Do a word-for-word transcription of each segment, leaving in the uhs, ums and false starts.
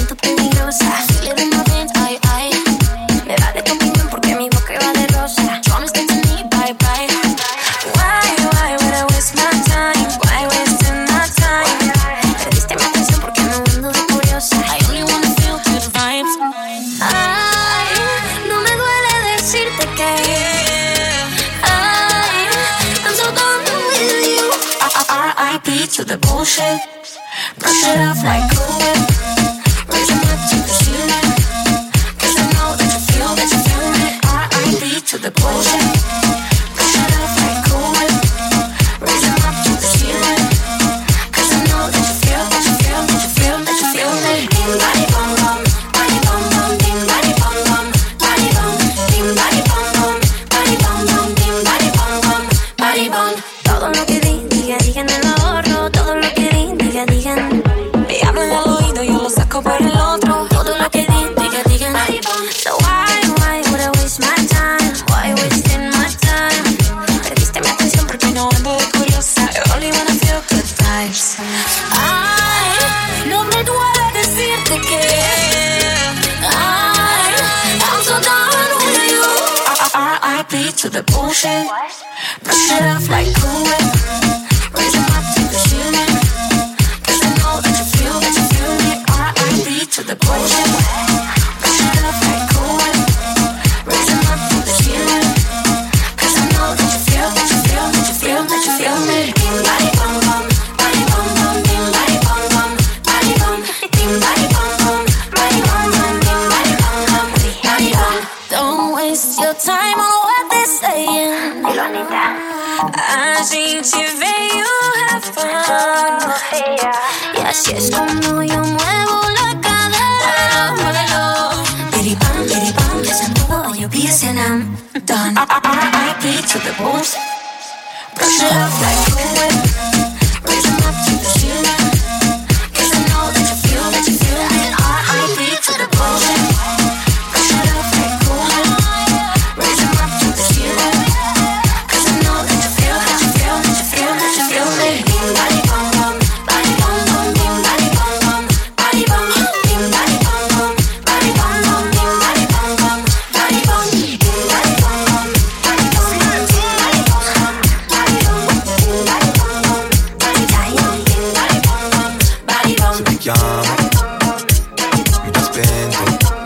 siento peligrosa. Feel it in my veins, ay, ay. Me vale tu opinión porque mi boca va de rosa. Promise that to me, bye, bye. Why, why would I waste my time? Why wasting my time? Perdiste mi atención porque no ando de curiosa. I only wanna feel good vibes. Ay, no me duele decirte que ay, I'm so done with you. R I P to the bullshit. Brush it off like Cool Whip. Raise your mic to the ceiling. Cause I know that you feel, that you feel me. R I P to the bullshit. Brush it off like Cool Whip. Raise your mic to the ceiling. Cause I know that you feel, that you feel, that you feel, that you feel me. Bing body bum bum, body bum bum, bing body bum bum, body bum, bing body bum bum, body bum bum, bing body bum bum, body bum. Todo lo que di, diga, digan el ahorro. Todo lo que di, diga, digan. Me hablan al oído, yo lo saco por el otro. Todo lo que di, diga, digan. So why, why would I waste my time? Why wasting my time? Perdiste mi atención porque no ando de curiosa. I only wanna feel good vibes. Ay, no me duele decirte que ay, I'm so done with you. R I P to the bullshit. Brush it off like Cool Whip. Raise your mic to the ceiling. Cause I know that you feel, that you feel me. R I P to the bullshit. Brush it off like Cool Whip. Raise your mic to the ceiling. Cause I know that you feel, that you feel, that you feel, that you feel me. Bing body bum bum, body bum bum, bing body bum bum, body bum, bing body bum bum, body bum bum, bing body bum bum, body bum. Don't waste your time on what they're saying. Así te veo have fun. Y así es como yo muevo la cadera. Muévelo, bidi bam, bidi bam. Yes, I'm over on your B S N M. Done. R I P to the bulls. Brush it off like Cool Whip. Raise them up to the ceiling. Cause I know that you feel, that you feel it. R I P to the bulls. Brush it off like Cool Whip. Raise them up to the ceiling. Cause I know that you feel, that you feel, that you feel, that you feel me. Bing body bum bum, body bum bum, bing body bum bum, body bum, bing body bum bum, body bum bum, bing body bum bum, body bum, bing body bum bum, body bum, bing body bum bum, body bum, bing body bum bum, body bum, bing body bum bum, body bum. Se ti chiamo, mi ti spento.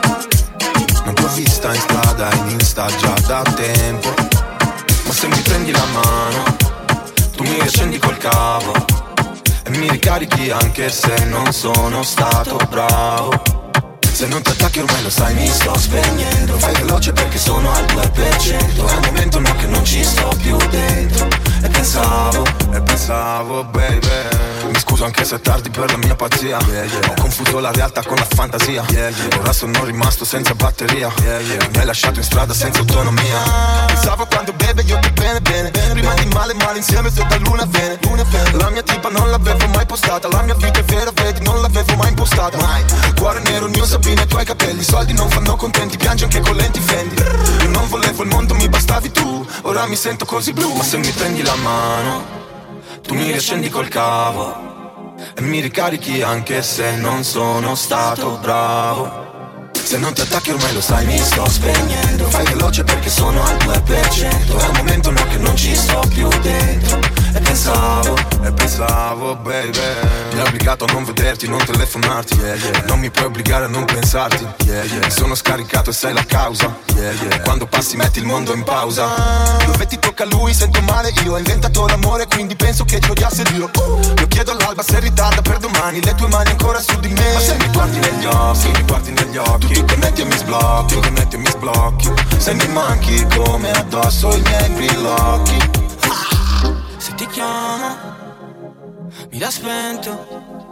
Non t'ho vista in strada, in Insta già da tempo. Ma se mi prendi la mano, tu mi riaccendi col cavo e mi ricarichi anche se non sono stato bravo. Se non ti attacchi ormai lo sai, mi sto spegnendo. Fai veloce perché sono al due per cento. È un momento no che non ci sto più dentro. E pensavo, e pensavo, baby. Mi scuso anche se è tardi per la mia pazzia, yeah, yeah. Ho confuso la realtà con la fantasia, yeah, yeah. Ora sono rimasto senza batteria, yeah, yeah. Mi hai lasciato in strada senza autonomia. Pensavo quando beve io ti bene bene, prima di male male insieme sotto la luna bene, luna bene. La mia tipa non l'avevo mai postata. La mia vita è vera, vedi, non l'avevo mai impostata. Mai. Cuore nero, il mio Sabino e i tuoi capelli. I soldi non fanno contenti, piangi anche con lenti Fendi. Io non volevo il mondo, mi bastavi tu. Ora mi sento così blu. Ma se mi prendi la mano, tu mi riaccendi col cavo e mi ricarichi anche se non sono stato bravo. Se non ti attacchi ormai lo sai, mi sto spegnendo. Fai veloce perché sono al due per cento. È un momento no che non ci sto più dentro. E pensavo, e pensavo, baby. Mi hai obbligato a non vederti, non telefonarti, yeah, yeah. Non mi puoi obbligare a non pensarti, yeah, yeah. Mi sono scaricato e sei la causa, yeah, yeah. E quando passi metti il mondo in pausa. Dove ti tocca lui sento male io. Ho inventato l'amore quindi penso che ti odiasse Dio. uh, Lo chiedo all'alba se ritarda per domani. Le tue mani ancora su di me. Ma se mi guardi negli occhi, se mi guardi negli occhi, tu ti connetti e mi sblocchi, tu connetti e mi sblocchi. Se mi manchi come addosso i miei brillocchi. Se ti chiamo, mi da spento.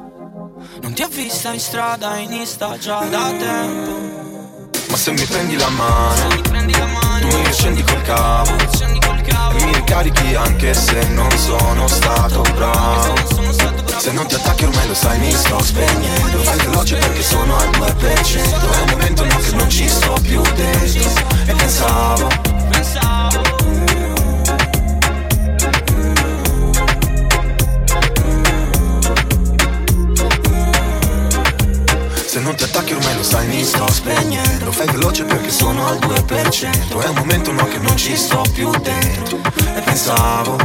Non ti ho vista in strada, in Insta già da tempo. Ma se mi prendi la mano, mi prendi la mano, tu mi riaccendi col cavo, col cavo e mi ricarichi anche se non sono stato bravo. Sono stato bravo. Se non ti attacchi ormai lo sai, mi sto spegnendo. Fai veloce perché sono al due per cento. È un momento no che non ci sto più dentro. E pensavo, pensavo Se non ti attacchi ormai lo sai, mi sto spegnendo. Fai veloce perché sono al due per cento. È un momento no che non ci sto più dentro. E pensavo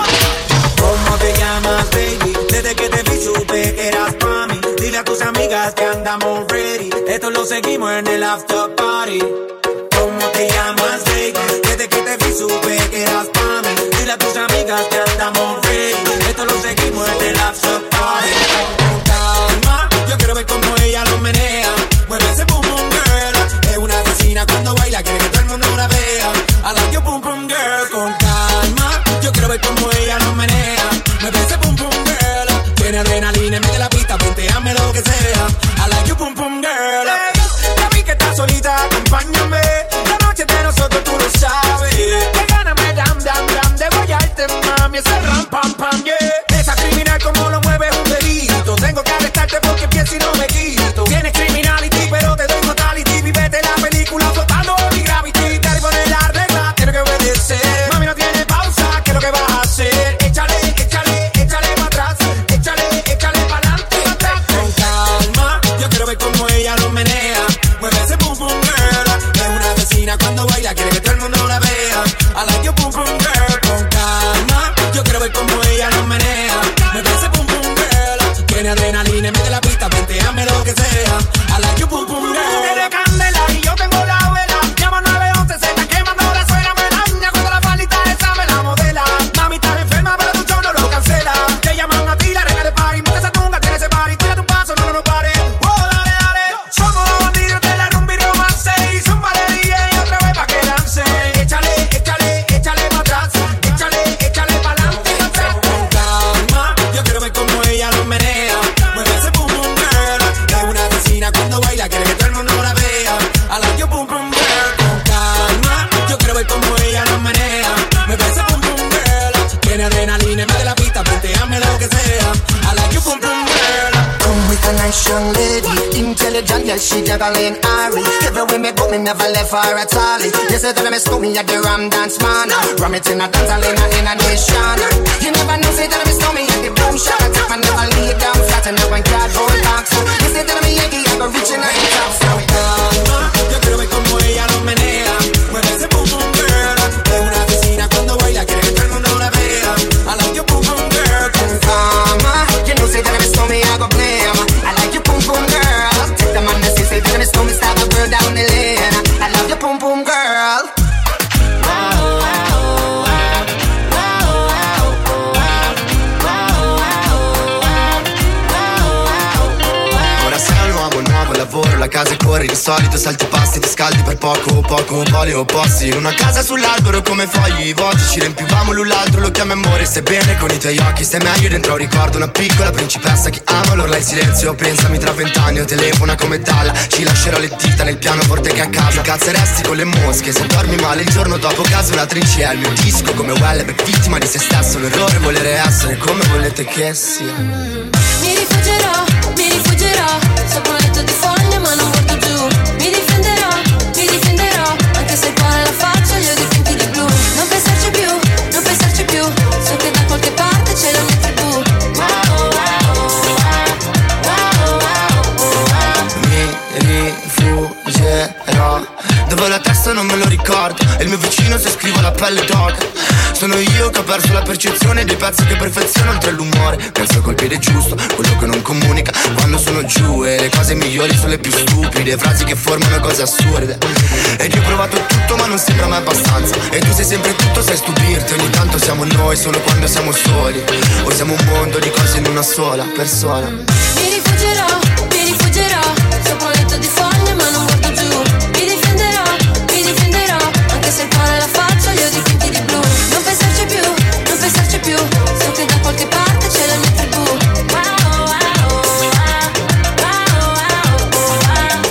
¿cómo te llamas, baby? Desde que te vi supe que eras pa' mí. Dile a tus amigas que andamos ready. Esto lo seguimos en el after party. ¿Cómo te llamas, baby? Desde que te vi supe que eras pa' mí. Dile a tus amigas que andamos ready. Esto lo seguimos en el after party. Con calma, yo quiero ver cómo ella lo menea. Mueve ese boom boom girl. Es una asesina cuando baila, quiere que todo el mundo la vea. I like your boom boom girl. Con calma, yo quiero ver cómo ella lo menea. Mueve ese boom boom girl. Tiene adrenalina, mete la pista, ponteame lo que sea. I like your boom boom girl. Hey, ya vi que estás solita, acompáñame. La noche de nosotros tú lo sabes. Que gana me dam dam dam de guayarte, mami. Ese ram pam pam, yeah. Esa criminal como lo mueve es un delito. Tengo que arrestarte porque pienso y no me quito. Tienes criminality pero te doy mortality. Vivete la película flotando en mi gravity. Te poner la regla, tienes que obedecer. Mami no tiene pausa, ¿qué es lo que vas a hacer? Échale, échale, échale para atrás. Échale, échale para adelante, para atrás. Con calma, yo quiero ver cómo ella lo menea. Mueve ese boom boom girl. Es una vecina cuando baila, quiere que todo el mundo la vea. I like your boom boom girl. Con calma, yo quiero ver cómo ella lo menea. Mueve ese boom boom girl. Tiene adrenalina, mete la pista, venteame lo que sea. I like your boom boom girl. Tiene candela y yo tengo la vela. Llama nueve once, se está quemando la suela. Me daña cuando la palita esa me la modela. Mami estás enferma pero tu show no lo cancela. Te llaman a ti, la reina de party. Mucha esa tunga, tiene ese party. Tira tu paso, no, no, no pare. Oh, dale, dale. Somos los bandidos, te la rumbi romance. Y zumba de D J otra vez pa' que dance. Échale, échale, échale pa' atrás. Échale, échale pa' adelante y pa' atrás. Con calma, yo quiero ver cómo ella lo menea. Mueve ese boom boom girl. Es una asesina cuando baila, quiere que todo el mundo la vea. I like your boom boom girl. Con calma, yo quiero ver cómo ella lo menea. Mueve ese boom boom girl. Tiene adrenalina, mete la pista, venteame lo que sea. I like your boom boom girl. Come with a nice young lady, intelligent, yes, she juggling Ari. Every way me go, me never left her at all. You said that I miss me at the Ram Dance Man. Ram it in a dance, I in a nation. You never know, say that I miss me at the boom shop. I take my never lay down flat and never cardboard box. You said that I'm a Yankee, I go reaching out the top. So calma, yo quiero ver cómo ella lo menea. Mueve ese boom boom girl. Es una vecina cuando baila, quiere que todo el mundo la vea. I like your boom boom girl. Con calma, you know, say that I miss me, I go blame. I like your boom boom girl. Take the man that say, say that I miss me, start a girl down the lane. I love your boom boom girl. Ora sei al nuovo, nuovo lavoro, la casa corri, di solito salti i passi, ti scaldi per poco, poco, poli opposti. In una casa sull'albero come fogli vuoti, ci riempivamo l'un l'altro, lo chiami amore, stai bene con i tuoi occhi, stai meglio dentro un ricordo, una piccola principessa che ama l'orla in silenzio, pensami tra vent'anni, io telefona come Dalla, ci lascerò le dita nel pianoforte che a casa, cazzeresti con le mosche, se dormi male il giorno dopo casa una trincea, il mio disco come Wellebeck, vittima di se stesso, l'errore volere essere come volete che sia. Mi rifuggerò, mi rifuggerò sopra un letto di foglie ma non guardo giù. Mi difenderò, mi difenderò anche se il cuore la faccia io dipinti di blu. Non pensarci più, non pensarci più, so che da qualche parte c'è la mia tribù. Wow, wow, wow, wow, wow. Mi rifuggerò dove la testa non me lo ricordo e il mio vicino se scrivo la pelle d'oca. Sono io che ho perso la percezione dei pezzi che perfezionano oltre l'umore. Penso col piede giusto, quello che non comunica quando sono giù. E le cose migliori sono le più stupide, frasi che formano cose assurde. Ed io ho provato tutto ma non sembra mai abbastanza. E tu sei sempre tutto, sai stupirti. Ogni tanto siamo noi solo quando siamo soli. O siamo un mondo di cose in una sola persona. Mi rifuggerò, mi rifuggerò sopra un letto di foglie ma non guardo giù. Mi difenderò, mi difenderò anche se il cuore la faccia io dipinti di blu. Non pensarci più, non pensarci più, so che da qualche parte c'è la mia tribù. Wow, wow, wow, wow, wow.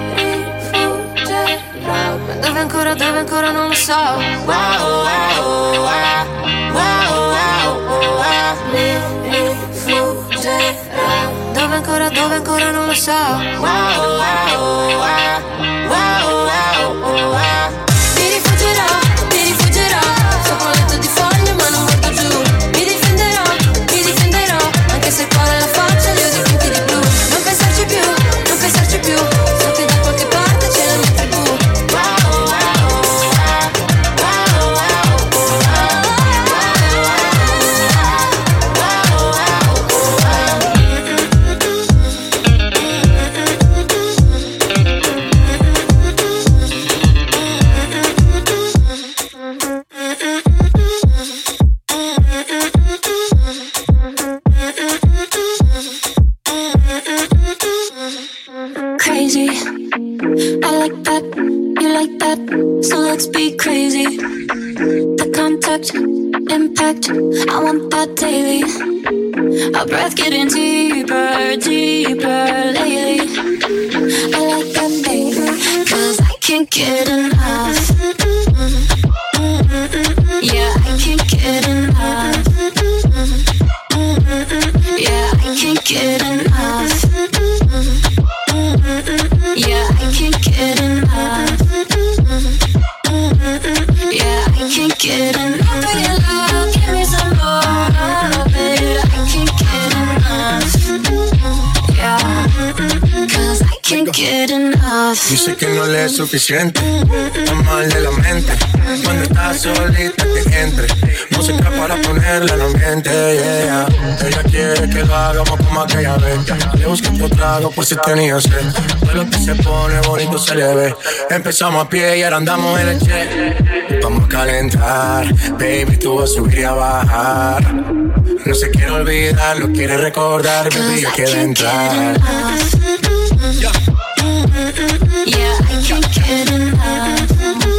Mi rifuggerò, ma dove ancora, dove ancora non lo so. Wow, wow, wow, wow, wow, wow. Mi rifuggerò, dove ancora, dove ancora non lo so. Wow, wow, wow, wow, wow, wow. Mi rifuggerò, mi rifuggerò sopra un letto di foglie ma non guardo giù. Mi difenderò, mi difenderò anche se il cuore la faccia io dipinti di blu. Non pensarci più, non pensarci crazy. I like that, you like that, so let's be crazy. The contact, impact, I want that daily. Our breath getting deeper, deeper lately. I like that, baby, cause I can't get enough. Yeah, I can't get enough. Yeah, I can't get enough. Yeah, I can't get enough. Yeah, I can't get enough of your love. Give me some more of it. I can't get enough. Yeah, cause I can't get enough. Dice que no le es suficiente, está mal de la mente. Cuando estás solita que entre música para ponerla en ambiente, yeah. Ella quiere que lo hagamos como aquella vez. Le busco otro trago por si tenía sed. Todo lo que se pone bonito se le ve. Empezamos a pie y ahora andamos en el jet. Vamos a calentar, baby, tú vas a subir y a bajar. No se quiere olvidar, no quiere recordar, baby, yo quiero entrar. Yeah, I can't get enough.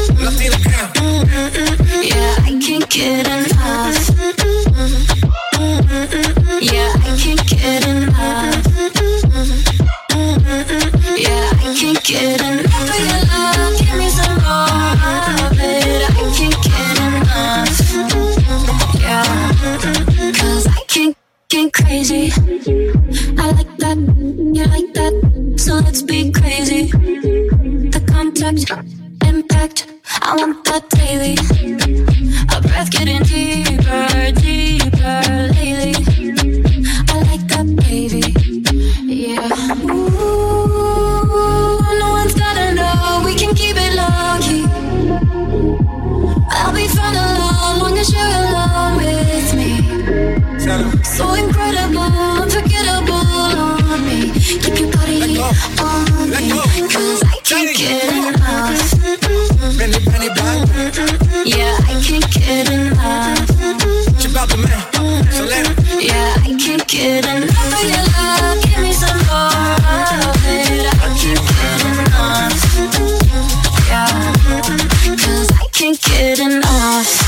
Yeah, I can't get enough. Yeah, I can't get enough. Yeah, I can't get enough of your love. Give me some more of it. I can't get enough. Yeah, cause I can't get crazy. I like that, you like that, so let's be crazy. The contact, impact, I want that daily. Our breath getting deeper, deeper lately. I like that, baby. Yeah. Ooh, no one's gotta know. We can keep it low key. I'll be fine alone, long as you're alone with me. So incredible, unforgettable on me. Keep your body on me, cause I can't get enough. Penny, penny black. Yeah, I can't get enough. Chip out the man, so let it. Yeah, I can't get enough of your love. Give me some more of it. I can't get enough. Yeah, cause I can't get enough.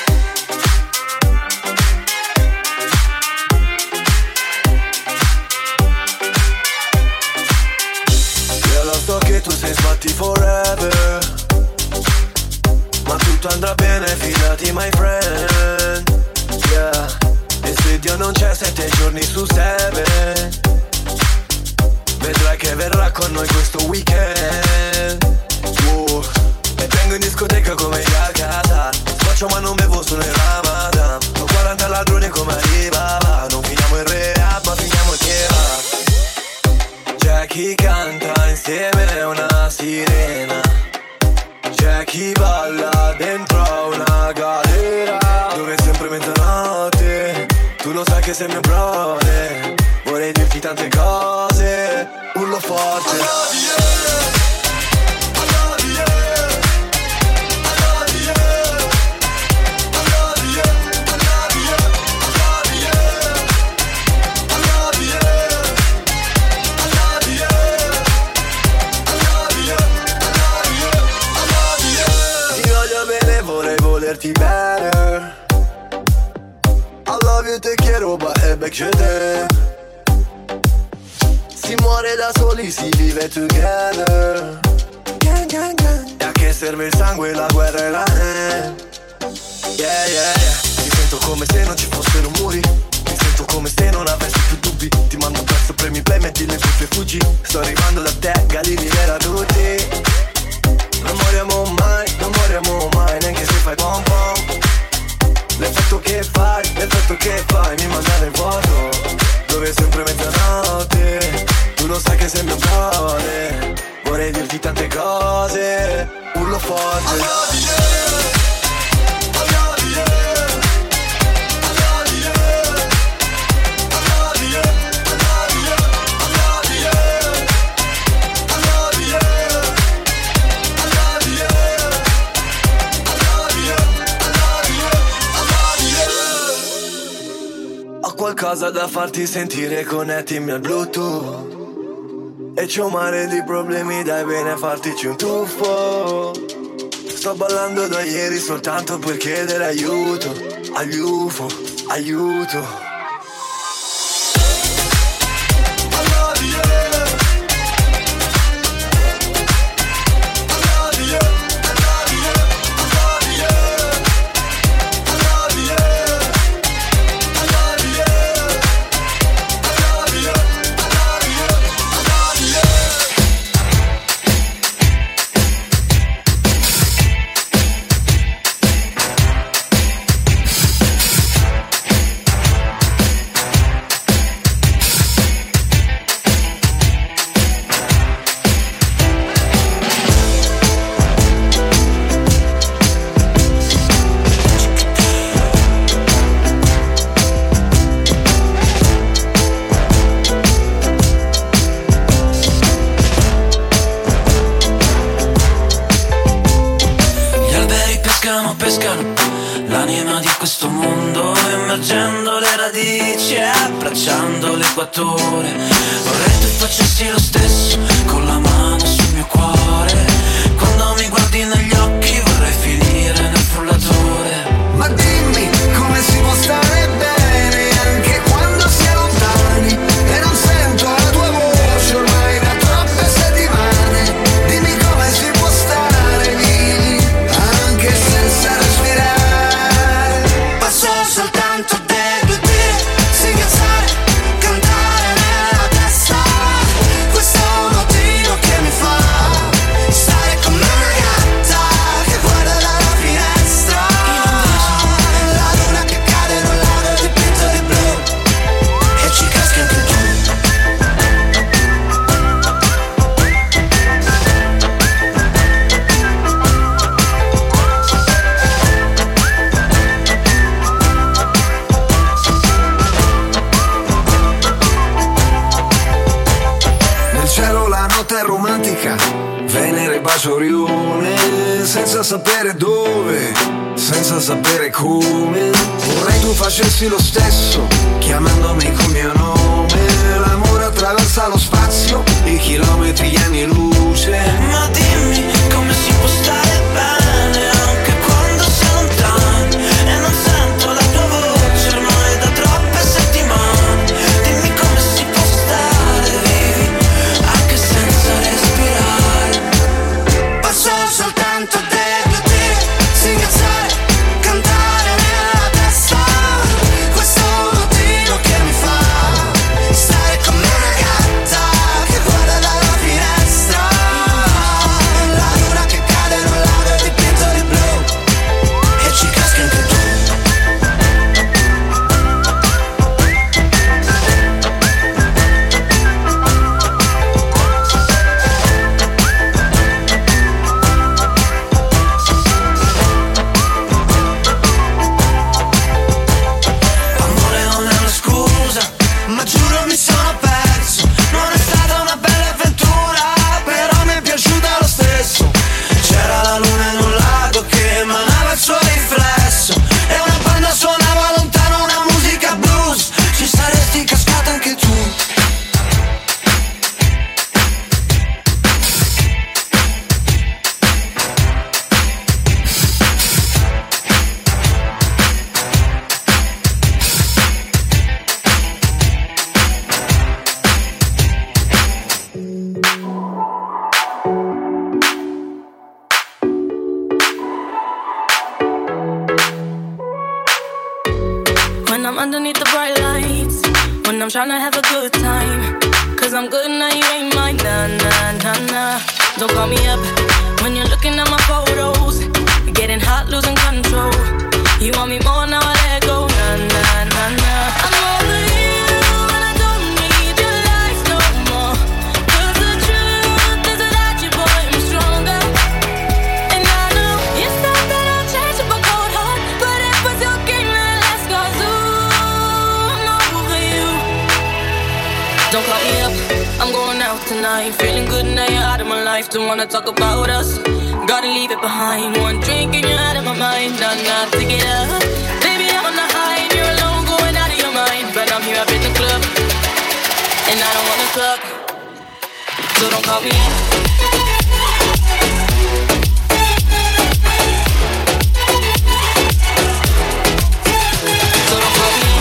Tu sei sbatti forever, ma tutto andrà bene, fidati my friend, yeah. E se Dio non c'è sette giorni su seven, vedrai che verrà con noi questo weekend, uh. E vengo in discoteca come a casa, faccio ma non bevo solo in Ramadan. Ho quaranta ladroni come Alibaba, non finiamo in rehab ma finiamo in kebab. C'è chi canta insieme a una sirena, c'è chi balla dentro a una galera, dove è sempre mezzanotte, tu lo sai che sei mio brother. Vorrei dirti tante cose, urlo forte. I love you. Better. I love you, te quiero, baby, je t'aime. Si muore da soli, si vive together. Gang, gang, gang. E a che serve il sangue, la guerra e la haine. Yeah, yeah, yeah. Mi sento come se non ci fossero muri. Mi sento come se non avessi più dubbi. Ti mando un pezzo, premi play, metti le cuffie e fuggi. Sto arrivando da te, Galini vera tutti. Non moriamo mai, non moriamo mai, neanche se fai pom pom. L'effetto che fai, l'effetto che fai mi manda nel vuoto, dove è sempre mezzanotte, tu lo sai che sei mio brother. Vorrei dirti tante cose, urlo forte. I love you. Qualcosa da farti sentire, connettimi al Bluetooth. E c'ho un mare di problemi, dai bene a fartici un tuffo. Sto ballando da ieri soltanto per chiedere aiuto. Agli U F O, aiuto. Vorrei tu facessi lo stesso con la mano sul mio cuore. Quando mi guardi negli occhi vorrei finire nel frullatore. Ma dimmi come si può stare bene anche quando si è lontani e non sento la tua voce ormai da troppe settimane. Dimmi come si può stare vivi anche senza respirare. Passo soltanto delle dire, singhiozzare, cantare nella testa. Questo è un motivo che mi fa stare come una gatta che guarda dalla finestra. La luna che cade in un lago dipinto di blu e ci caschi anche tu. Nel cielo la notte è romantica, Venere bacia Orione, senza sapere dove, senza sapere come. Vorrei tu facessi lo stesso, chiamandomi col mio nome. L'amore attraversa lo spazio, i chilometri, gli anni luce. Ma dimmi come si può stare bene anche quando si è lontani e non sento la tua voce ormai da troppe settimane. Dimmi come si può stare vivi anche senza respirare. Passo soltanto delle dire, singhiozzare, cantare nella testa. Questo è un motivo che mi fa stare come una gatta che guarda dalla finestra. La luna che cade in un lago dipinto di blu e ci caschi anche tu. Amore non è una scusa, Ma giuro mi sono perso, non è stata una bella avventura, però mi è piaciuta lo stesso. c'era la luna in un lago che emanava il suo riflesso E una banda suonava lontano una musica blues, ci saresti cascata anche tu. When I'm underneath the bright lights, when I'm tryna have a good time, cause I'm good now, you ain't mine, nah, nah, nah, nah. Don't call me up when you're looking at my photos, getting hot, losing control. You want me more, now I let go, nah, nah, nah, nah. I'm over you and I don't need your lies no more, cause the truth is without you, boy, I'm stronger. And I know you thought that I'll change up a cold heart, but it was your game that last, cause ooh, I'm over you. Don't call me up, I'm going out tonight, feeling good now you're out of my life. Don't wanna talk about us, gotta leave it behind. One drink and you're out of my mind, nah, nah, take it up. Baby, I'm on the high and you're alone, going out of your mind. But I'm here up in the club, and I don't wanna talk. so don't call me. So don't call me.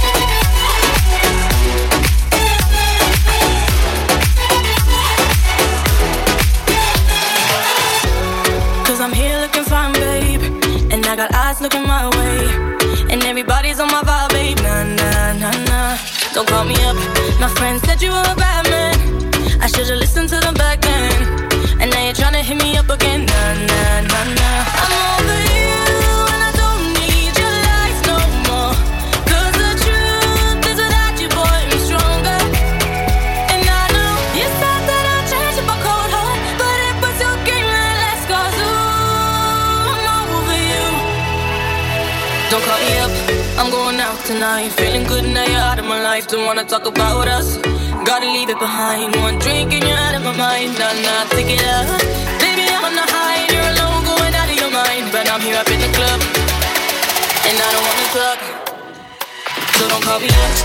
Cause I'm here looking fine, babe, and I got eyes looking my way, and everybody's on my vibe, babe. Nah, nah, nah, nah. Don't call me up. My friend said you were a bad man. I should've listened to them back then. And now you're tryna hit me up again. Nah, nah, nah, nah. I'm over you and I don't need your lies no more. Cause the truth is without you, boy, I'm stronger. And I know you said that I'd change up my cold heart, but it was your game that last. Cause ooh, I'm over you. Don't call me up, I'm going out tonight. Feeling good now you're out of my life. Don't wanna talk about us, gotta leave it behind. One drink and you're out of my mind. Nah, nah, take it up. Baby, I'm on the high and you're alone, going out of your mind. But I'm here up in the club, and I don't wanna talk, so don't call me up.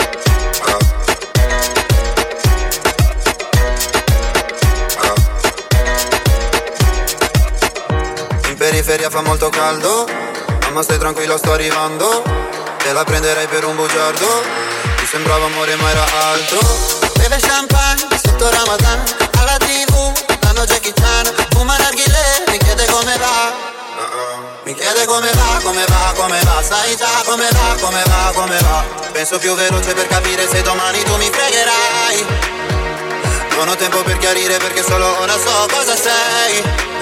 In periferia fa molto caldo, mamma stai tranquilla, sto arrivando. Te la prenderei per un bugiardo, ti sembrava amore ma era altro. Beve champagne sotto Ramadan, alla tv danno Jackie Chan. Fuma narghilè, mi chiede come va, mi chiede come va, come va, come va. Sai già come va, come va, come va. Penso più veloce per capire se domani tu mi fregherai. Non ho tempo per chiarire perché solo ora so cosa sei.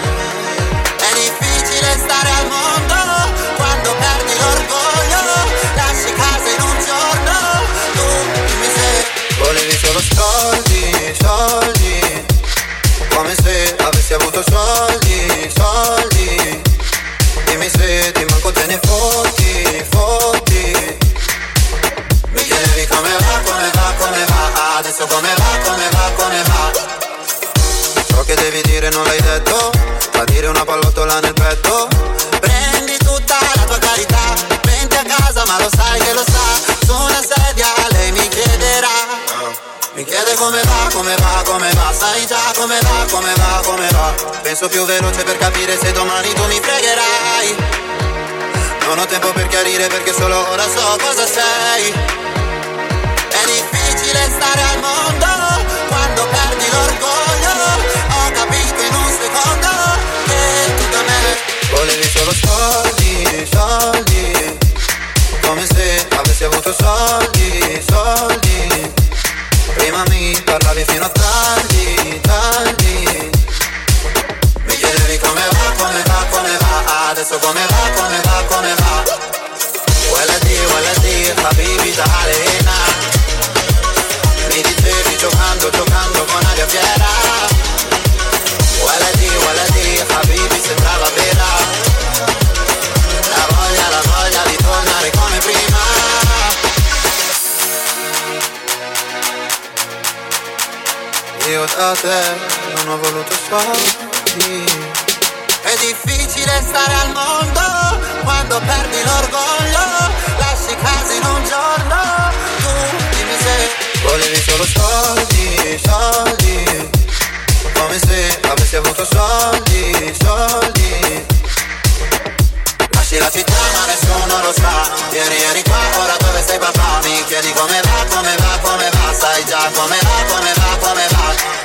È difficile stare al mondo quando perdi l'orgoglio. Lasci casa in un giorno, tu dimmi se volevi solo soldi, soldi. Come se avessi avuto soldi, soldi. Dimmi se ti manco te ne fotti, fotti. Mi chiedevi come va, come va, come va. Adesso come va, come va, come va. Ciò che devi dire non l'hai detto, fa dire una pallottola nel petto. Prendi tutta la tua carità, venti a casa ma lo sai che lo sa. Su una sedia lei mi chiederà, mi chiede come va, come va, come va. Sai già come va, come va, come va. Penso più veloce per capire se domani tu mi fregherai. Non ho tempo per chiarire perché solo ora so cosa sei. È difficile stare al mondo quando perdi l'orgoglio. Ho capito in un secondo che tu da me volevi solo soldi, soldi. Come se avessi avuto soldi, soldi. Prima mi parlavi fino a tardi, tardi. Mi chiedevi come va, come va, come va. Adesso come va, come va, come va. Waladi, waladi, habibi ta'alena. Mi dicevi giocando, giocando con aria fiera. Waladi, waladi, habibi sembrava vera. La voglia, la voglia di tornare come prima. Io da te non ho voluto soldi. È difficile stare al mondo quando perdi l'orgoglio. Lasci casa in un giorno, tu dimmi se volevi solo soldi, soldi. Come se avessi avuto soldi, soldi. Lasci la città ma nessuno lo sa. Ieri eri qua, ora dove sei papà? Mi chiedi come va, come va, come va. Sai già come va, come va, come va.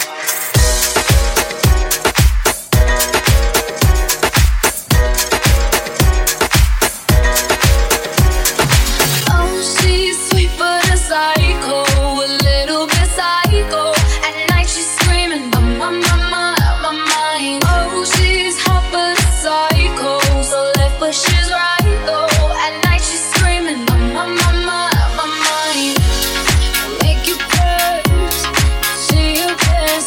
She's right though, at night she's screaming, I'm on my mind, my mind. Make you curse, see you again.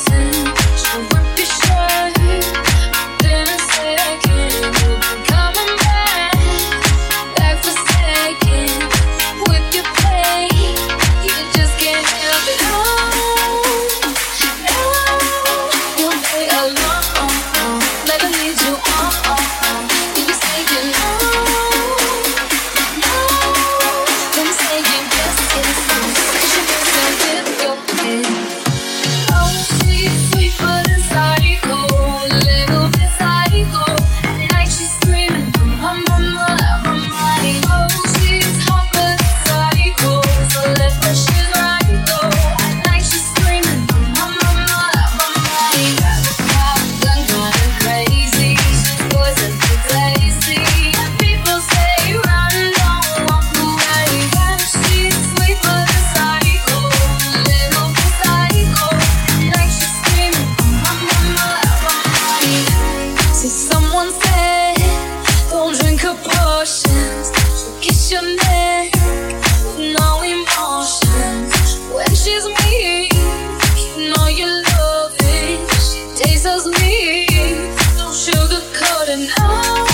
tells me, don't sugarcoat it, no,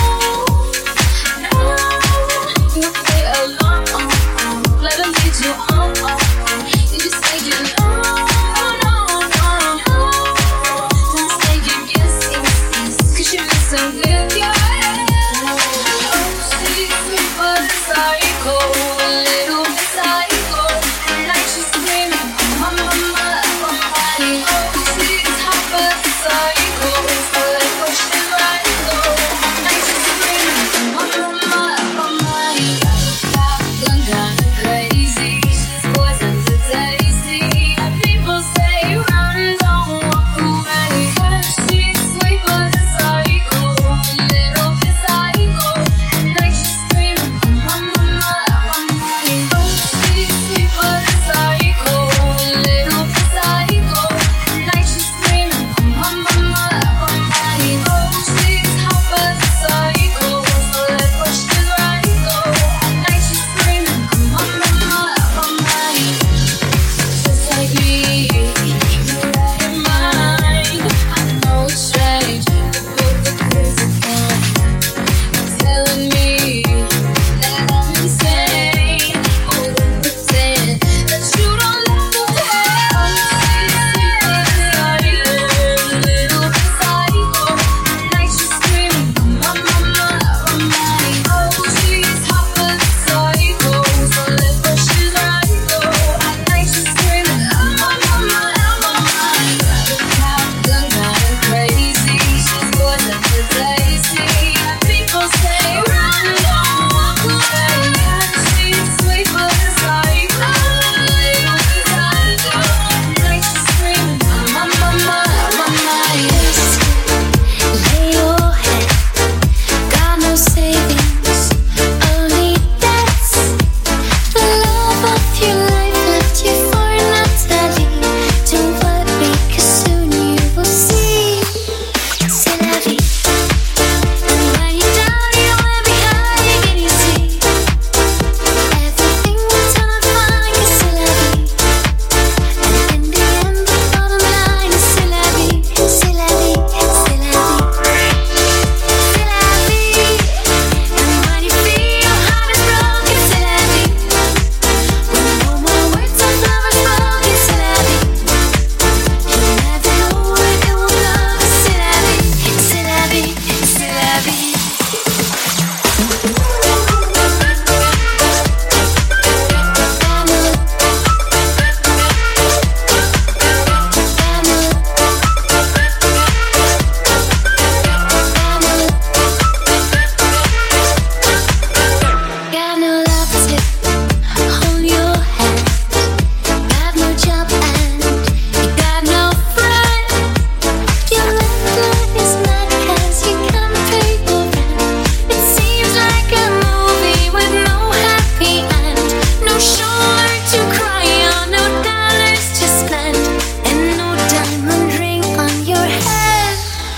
no. You play along, let them lead you on. You just say you know, no, no, no. Don't say you yes, yes, yes, 'cause you're messing with your head. Oh, she's sweet but a psycho, a little bit psycho. At night she's screaming, mama, mama, mama. Oh, she's hot but a psycho, so let's push it right though. At night she's screaming, mama, mama, mama. Got gun, got crazy. She's poison to tasty. People say run, don't walk away. She's sweet but a psycho, a little bit psycho. At night she's screaming, mama, mama, mama. Oh, she's sweet but a psycho, a little bit psycho. At night she's screaming, mama, mama, mama. Oh, she's hot but a psycho, so let's push it right though. At night she's screaming, mama, mama, mama. Just like me, you're right in mind. I know it's strange, but the crazy one telling me that I'm insane. Oh, don't pretend that you don't love the hell. She's a little bit psycho. At night she's screaming, mama, mama, mama. Oh, she's hot but a psycho, so let's push it right though. At night she's screaming, mama, mama, mama. Got gun, got her crazy. She's poison to tasty. People say run, don't walk away. She's sweet but a psycho, a little bit psycho. At night she's screaming, mama, mama, mama. Lay your head, got no savings, only debts. The love of your life left you for Natalie. Don't worry, 'cause soon you will see. C'est la vie. And when you're down, you will be high again, you see. Everything will turn fine, 'cause c'est la vie. And in the end, the bottom line is c'est la vie, c'est la vie, c'est la vie. C'est la vie. And when you feel your heart is broken, c'est la vie. When no more words of love are spoken, c'est la vie. You never know where it will go, c'est la vie, c'est la vie, c'est la vie. Got no love to hold your hand. Got no job and you got no friend. Your landline is mad 'cause you can't pay your rent. It seems like a movie with no happy end. No shoulder to cry on, no dollars to spend, and no diamond ring on your head.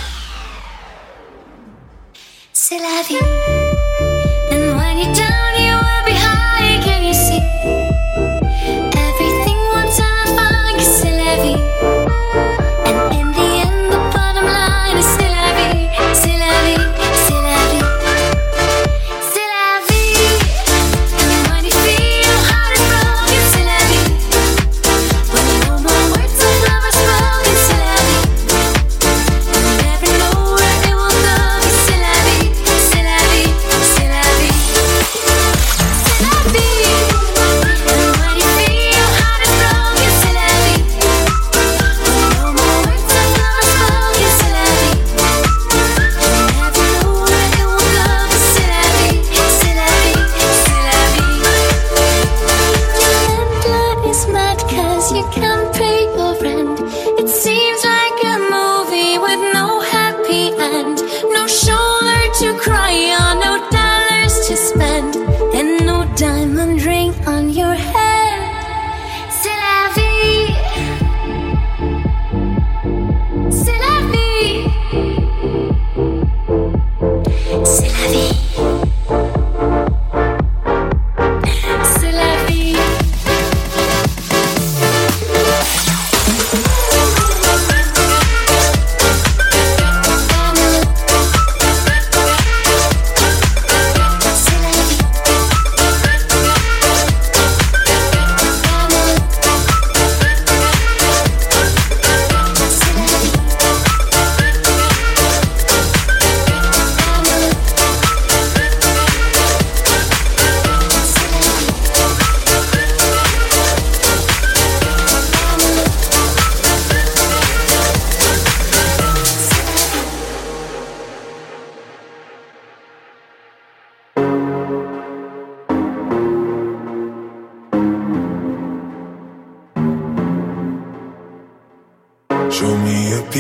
C'est la vie. And when you're down, you will be high again, you see. Everything will turn fine, 'cause c'est la vie. And in the end, the bottom line is c'est la vie, c'est la vie, c'est la vie. C'est la vie. And when you feel your heart is broken, c'est la vie. When no more words of love are spoken, c'est la vie. You never know where it will go, 'cause c'est la vie, c'est la vie.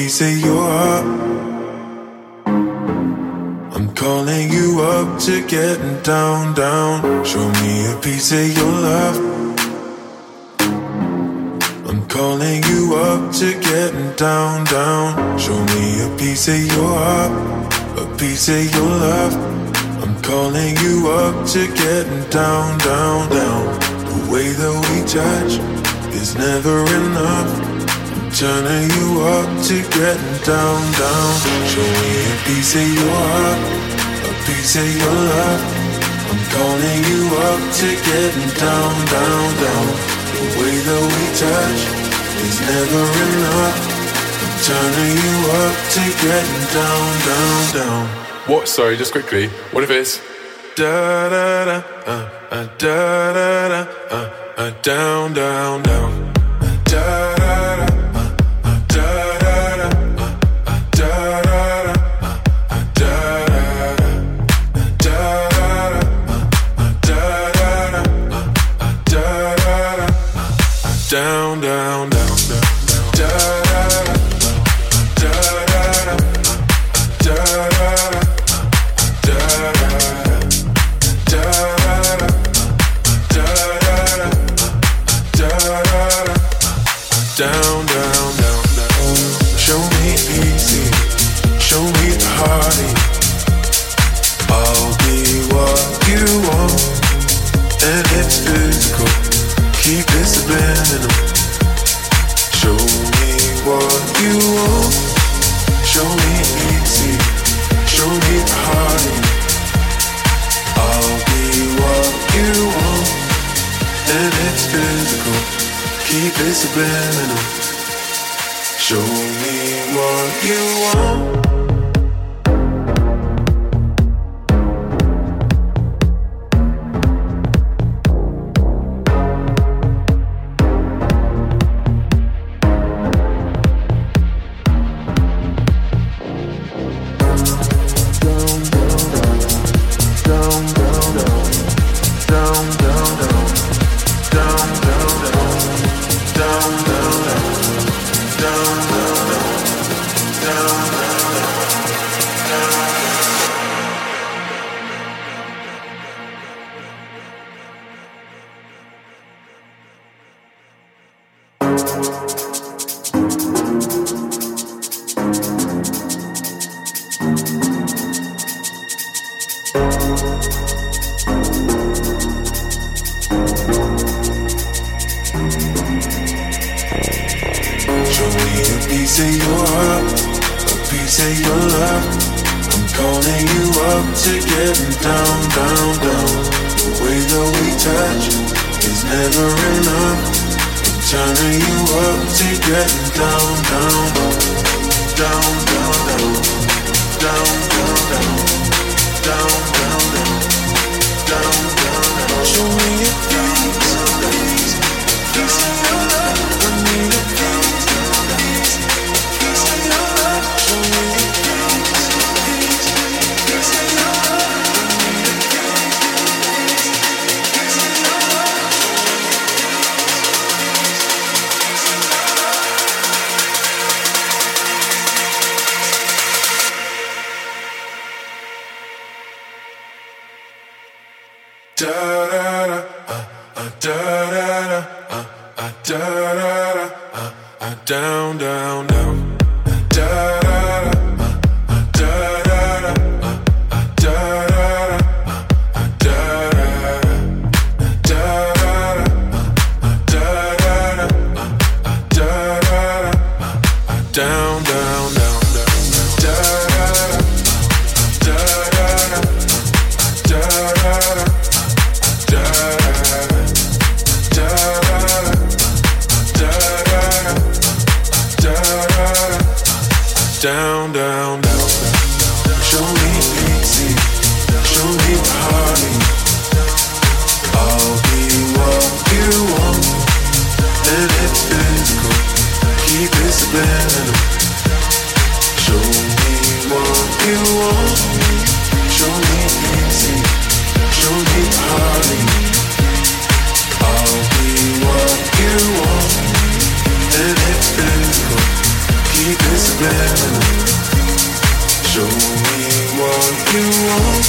piece of your heart. I'm calling you up to getting down, down. Show me a piece of your love. I'm calling you up to getting down, down. Show me a piece of your heart, a piece of your love. I'm calling you up to getting down, down, down. The way that we touch is never enough. I'm turning you up to getting down, down. Show me a piece of your heart, a piece of your love. I'm calling you up to getting down, down, down. The way that we touch is never enough. I'm turning you up to getting down, down, down. What? Sorry, just quickly. What if it's da da da uh uh da da da uh uh down, down, down. Da da da uh uh da da da uh uh da da da uh uh da da da da da da uh uh da da da uh uh down, down, down, down, da da da da da da da da. Down, down, down, down. Show me easy, show me the heartache. I'll be what you want, and it's physical. Keep it subliminal. Show me what you want. Show me easy, show me the heartache. I'll be what you want, and it's physical. Keep it subliminal. Show me what you want. Down, down, down. Da da da. Uh, da da da. Uh, uh, da da da. Uh, da da da. Da da da. Uh, da da da. Uh, da da da. Uh, down, down, down, down. Da da da. Da da da. Da da da. Da da da. Down, down, down, down. Show me easy, show me the heartache. I'll be what you want, and it's physical. Keep it subliminal. Show me what you want. Show me easy, show me the heartache. I'll be what you want, and it's physical. Keep it subliminal. Show me what you want.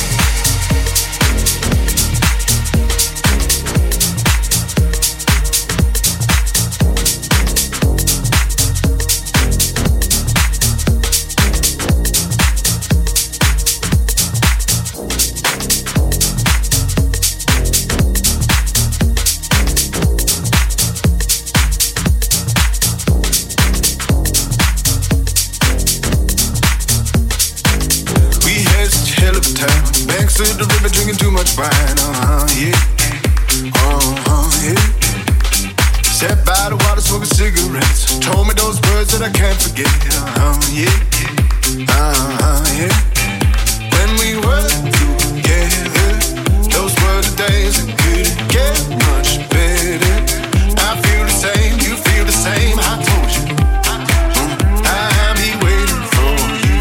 To the river drinking too much wine, uh-huh, yeah, uh-huh, yeah. Sat by the water smoking cigarettes. Told me those words that I can't forget, uh-huh, yeah, uh-huh, yeah. When we were together, those were the days that couldn't get much better. I feel the same, you feel the same, I told you, mm, I'll be waiting for you.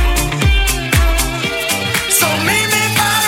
So meet me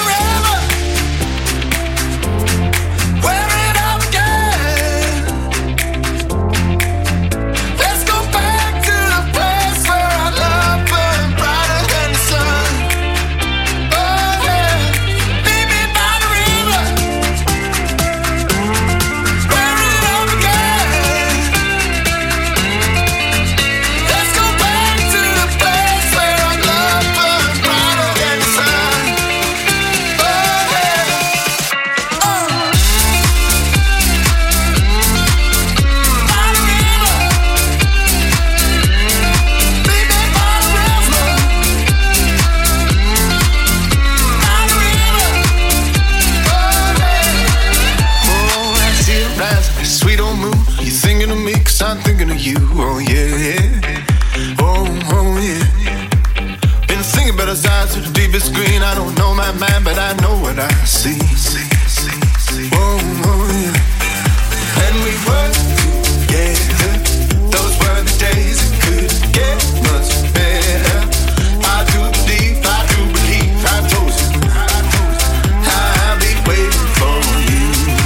I'm thinking of you, oh yeah, yeah, oh, oh yeah. Been thinking about his eyes to the deepest green. I don't know my mind, but I know what I see. Oh, oh yeah. And we were together. Those were the days that couldn't get much better. I do believe, I do believe, I told you, I'll be waiting for you.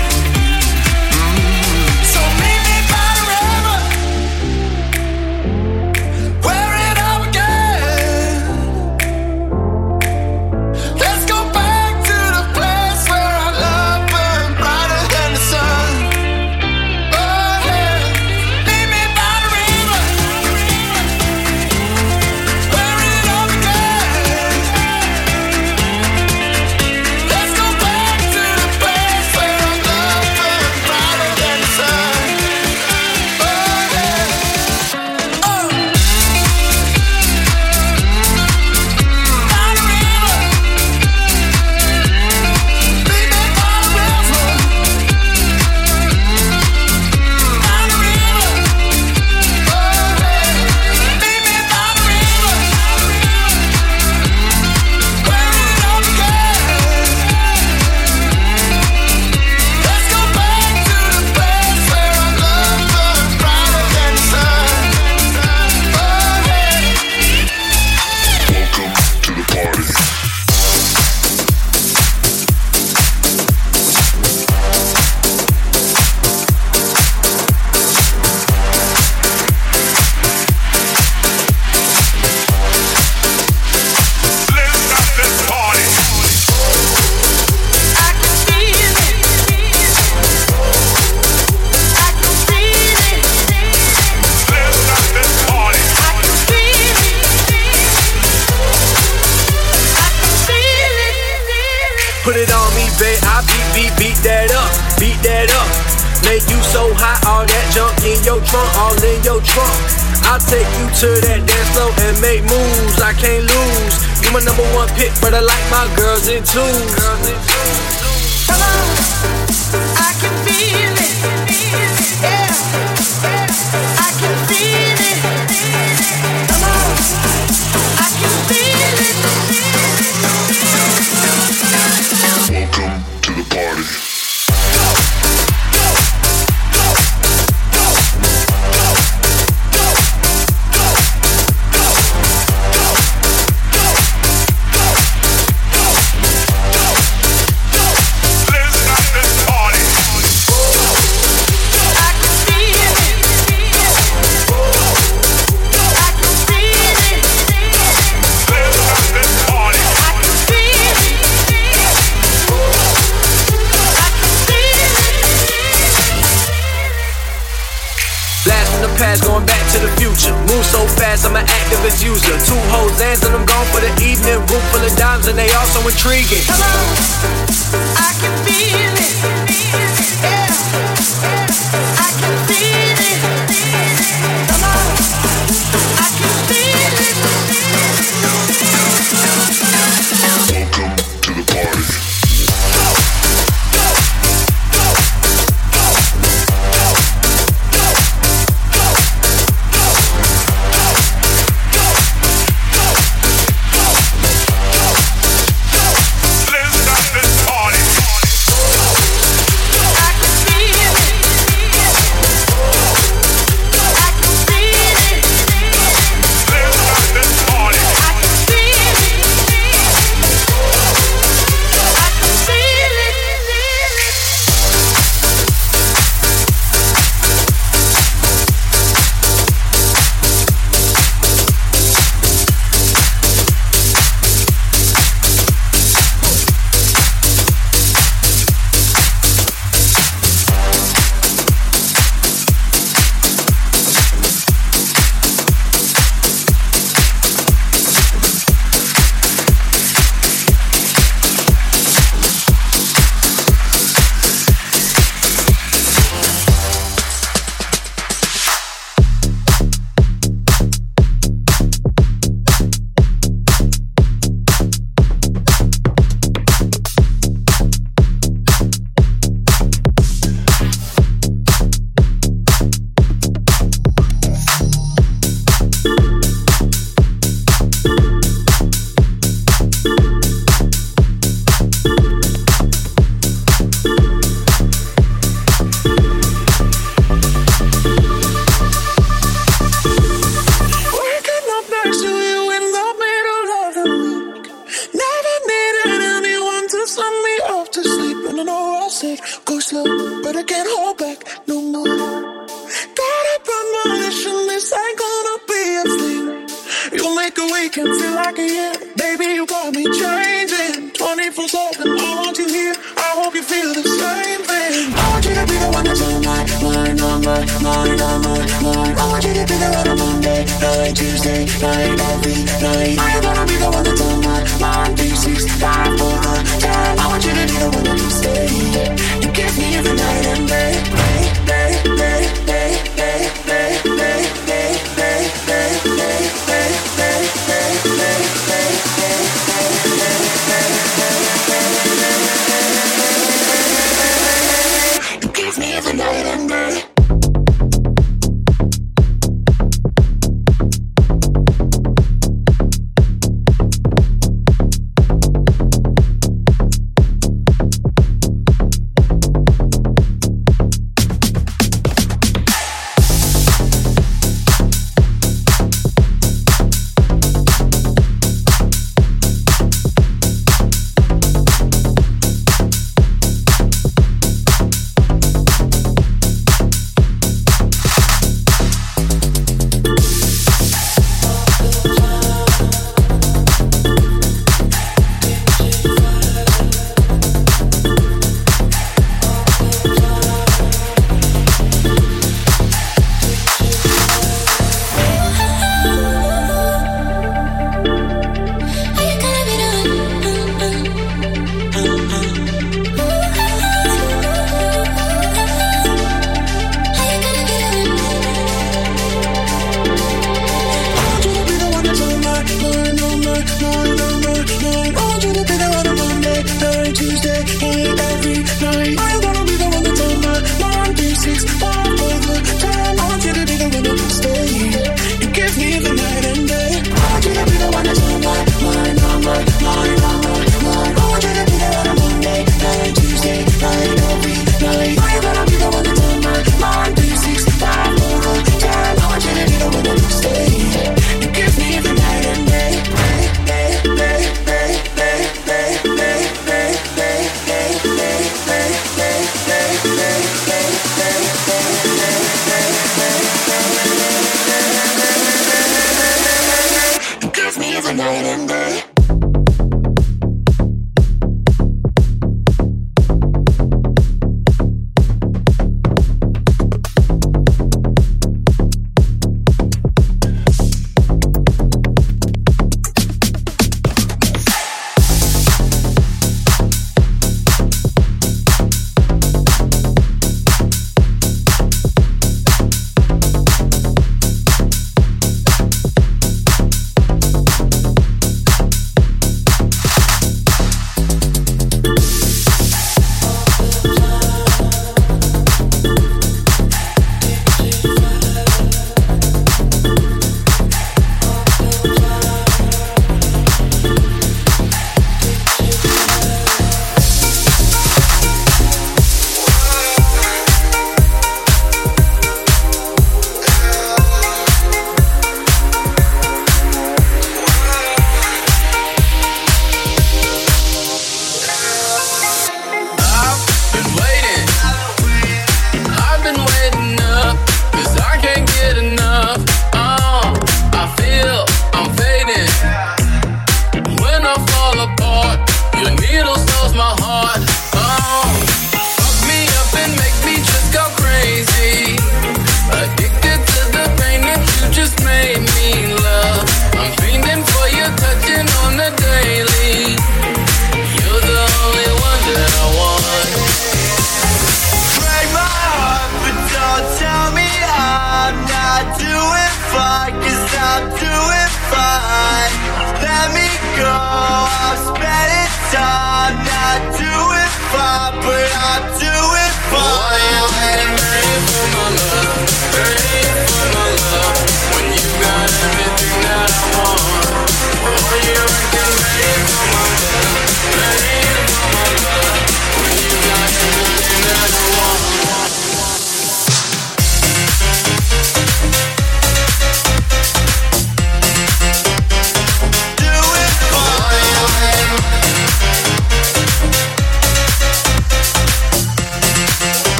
Put it on me, babe, I beat, beat, beat that up, beat that up. Make you so hot, all that junk in your trunk, all in your trunk. I'll take you to that dance floor and make moves, I can't lose. You my number one pick, but I like my girls in twos. Come on, I can feel it, yeah, I can feel it. Come on, I can feel it. Welcome to the party. I can feel it. fast, I'm an active as user. Two hoes and I'm gone for the evening. Room full of dimes and they all so intriguing. Come on, I can feel it. Yeah, I can feel it. Come on, I can feel it. Welcome to the party.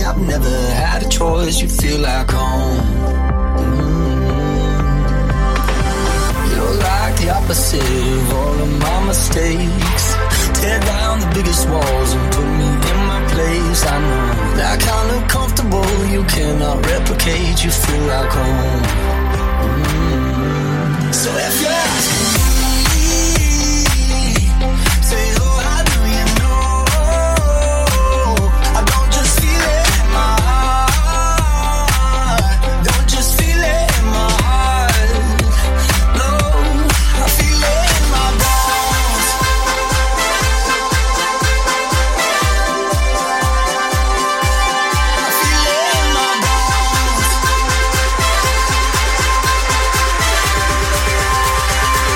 I've never had a choice. You feel like home. Mm-hmm. You're like the opposite of all of my mistakes. Tear down the biggest walls and put me in my place. I know that kind of comfortable you cannot replicate. You feel like home. Mm-hmm. So if you're asking me, say, oh, how do you know? I don't just feel it in my heart. Don't just feel it in my heart. No, I feel it in my bones. I feel it in my bones.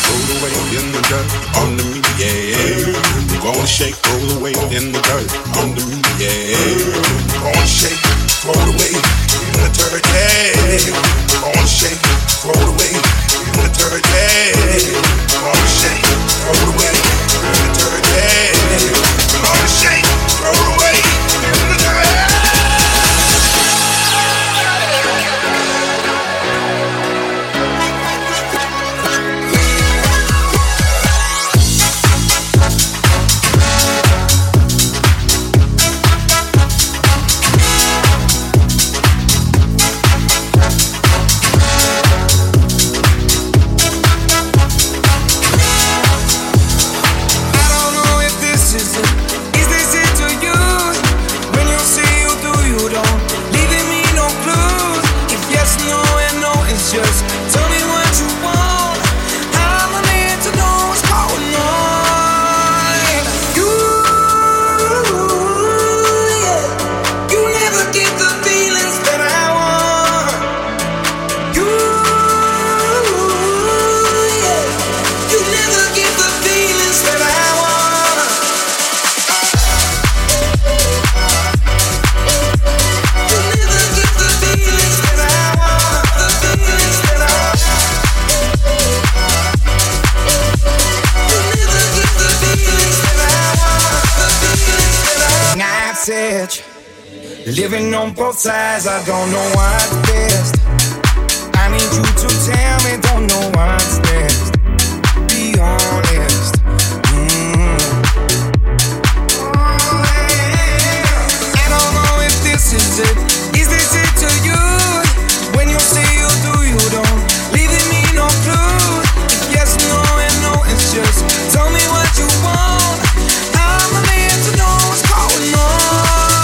roll away in the dirt under me, yeah. Gonna shake, roll away in the dirt under me, yeah. Gonna shake, roll away in the dirt, yeah. Gonna shake, roll away in the dirt, yeah. Gonna shake, roll away in the dirt, yeah. Gonna shake, roll away in the dirt. Just tell me what you want. I'm a man to know what's going on. You, yeah, you never get the feelings that I want. You, yeah, you never get the feelings that I want. You never get the feelings that I want. Living on both sides, I don't know what's best. I need you to tell me, don't know what's best. Be honest. Mm. I don't know if this is it. Is this it to you? When you say you do, you don't. Leaving me no clue. If yes, no, and no, it's just tell me what you want. I'm a man to know what's going on.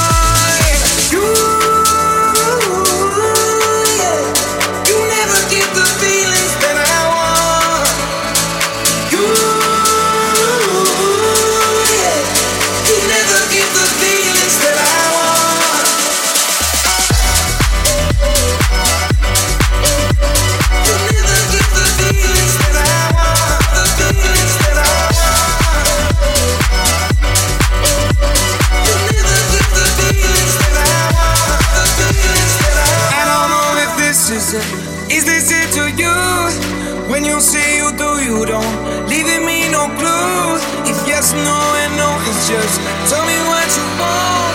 Is this it to you? When you say you do, you don't. Leaving me no clue. If yes, no, and no, it's just tell me what you want.